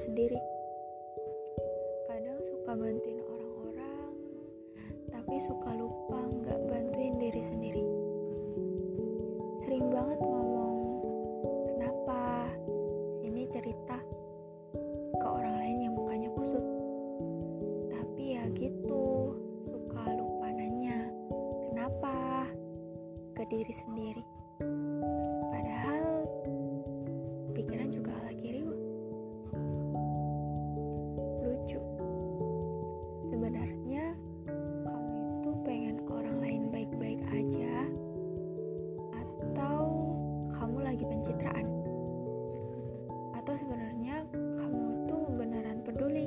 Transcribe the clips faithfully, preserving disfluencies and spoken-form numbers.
sendiri. Kadang suka bantuin orang-orang, tapi suka lupa nggak bantuin diri sendiri. Sering banget ngomong, kenapa? Sini cerita ke orang lain yang mukanya kusut. Tapi ya gitu, suka lupa nanya, kenapa? Ke diri sendiri. Padahal pikiran juga lagi riuh. Lucu. Sebenarnya kamu itu pengen orang lain baik-baik aja, atau kamu lagi pencitraan? Atau sebenarnya kamu itu beneran peduli?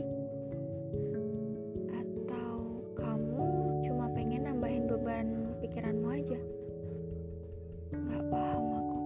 Atau kamu cuma pengen nambahin beban pikiranmu aja? Gak paham aku.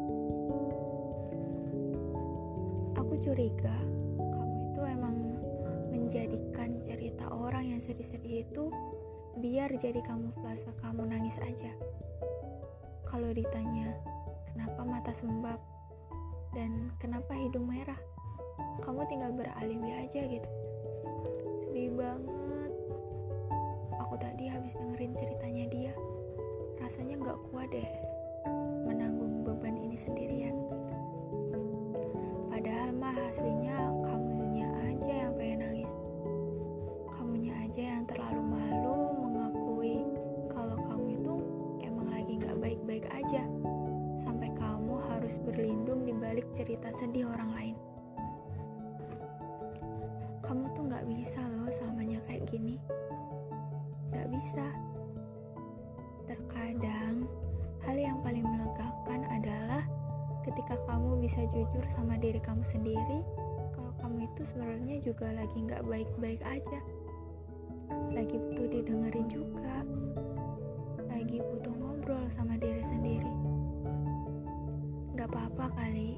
Aku curiga kamu itu emang menjadikan cerita orang yang sedih-sedih itu biar jadi kamuflase kamu nangis aja. Kalau ditanya, kenapa mata sembab dan kenapa hidung merah, kamu tinggal beralibi aja gitu. Sedih banget. Aku tadi habis dengerin ceritanya dia. Rasanya gak kuat deh menanggung beban ini sendirian. Padahal mah aslinya kamunya aja yang pengen nangis. Kamunya aja yang terlalu malu mengakui kalau kamu itu emang lagi gak baik-baik aja, sampai kamu harus berlindung di balik cerita sedih orang lain. Kamu tuh gak bisa loh selamanya kayak gini. Gak bisa. Terkadang hal yang paling melegakan adalah ketika kamu bisa jujur sama diri kamu sendiri kalau kamu itu sebenarnya juga lagi gak baik-baik aja, lagi butuh didengerin juga, lagi butuh ngobrol sama diri sendiri. Gak apa-apa kali